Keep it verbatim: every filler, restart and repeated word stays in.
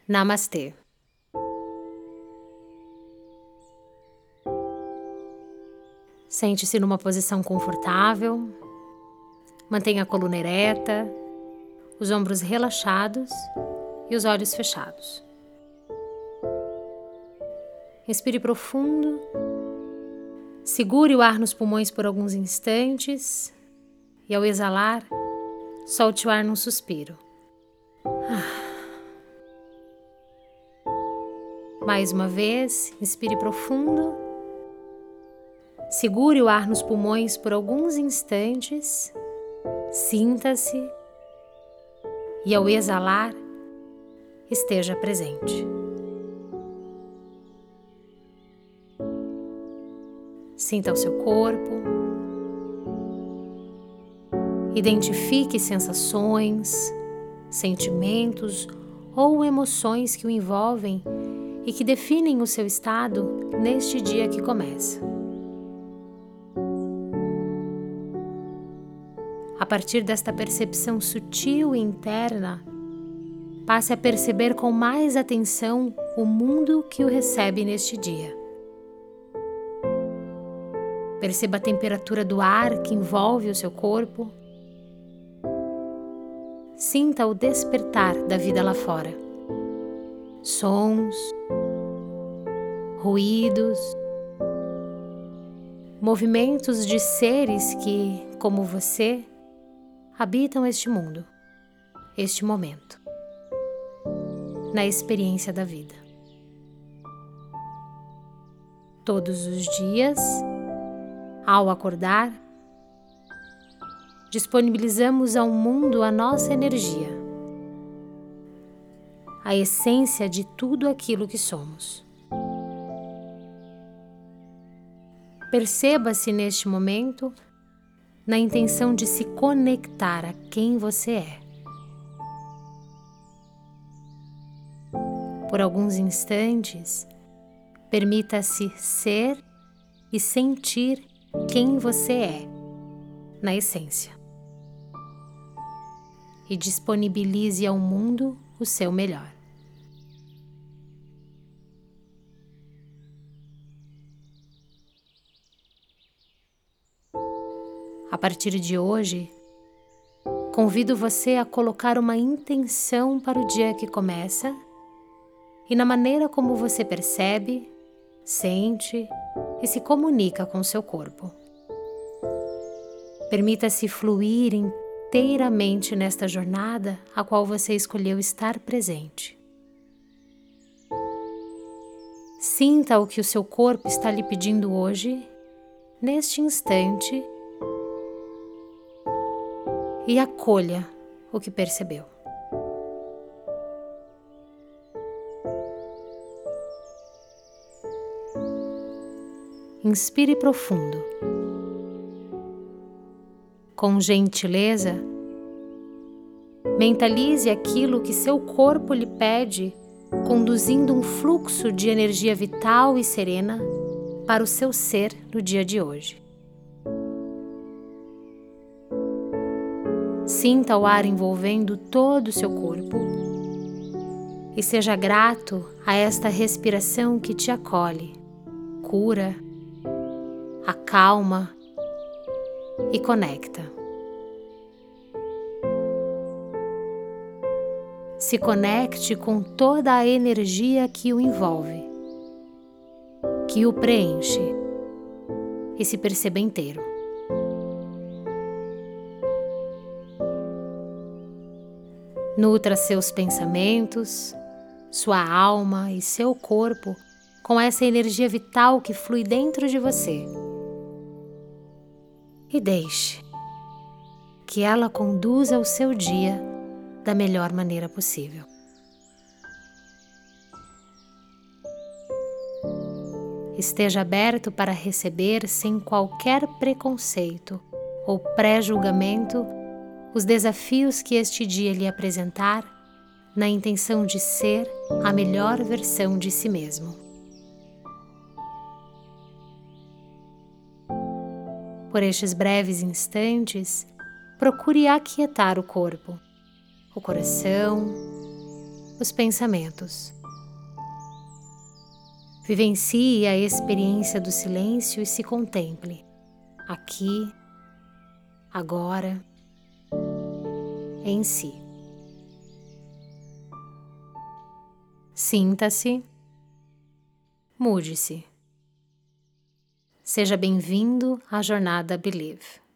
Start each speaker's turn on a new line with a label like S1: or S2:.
S1: Namastê. Sente-se numa posição confortável, mantenha a coluna ereta, os ombros relaxados e os olhos fechados. Inspire profundo, segure o ar nos pulmões por alguns instantes e, ao exalar, solte o ar num suspiro. Mais uma vez, inspire profundo, segure o ar nos pulmões por alguns instantes, sinta-se e, ao exalar, esteja presente. Sinta o seu corpo, identifique sensações, sentimentos ou emoções que o envolvem e que definem o seu estado neste dia que começa. A partir desta percepção sutil e interna, passe a perceber com mais atenção o mundo que o recebe neste dia. Perceba a temperatura do ar que envolve o seu corpo. Sinta o despertar da vida lá fora. Sons, ruídos, movimentos de seres que, como você, habitam este mundo, este momento, na experiência da vida. Todos os dias, ao acordar, disponibilizamos ao mundo a nossa energia, a essência de tudo aquilo que somos. Perceba-se neste momento na intenção de se conectar a quem você é. Por alguns instantes, permita-se ser e sentir quem você é, na essência. E disponibilize ao mundo o seu melhor. A partir de hoje, convido você a colocar uma intenção para o dia que começa e na maneira como você percebe, sente e se comunica com seu corpo. Permita-se fluir inteiramente nesta jornada a qual você escolheu estar presente. Sinta o que o seu corpo está lhe pedindo hoje, neste instante, e acolha o que percebeu. Inspire profundo. Com gentileza, mentalize aquilo que seu corpo lhe pede, conduzindo um fluxo de energia vital e serena para o seu ser no dia de hoje. Sinta o ar envolvendo todo o seu corpo e seja grato a esta respiração que te acolhe, cura, acalma e conecta. Se conecte com toda a energia que o envolve, que o preenche, e se perceba inteiro. Nutra seus pensamentos, sua alma e seu corpo com essa energia vital que flui dentro de você. E deixe que ela conduza o seu dia da melhor maneira possível. Esteja aberto para receber sem qualquer preconceito ou pré-julgamento os desafios que este dia lhe apresentar, na intenção de ser a melhor versão de si mesmo. Por estes breves instantes, procure aquietar o corpo, o coração, os pensamentos. Vivencie a experiência do silêncio e se contemple, aqui, agora, em si. Sinta-se, mude-se. Seja bem-vindo à jornada Believe.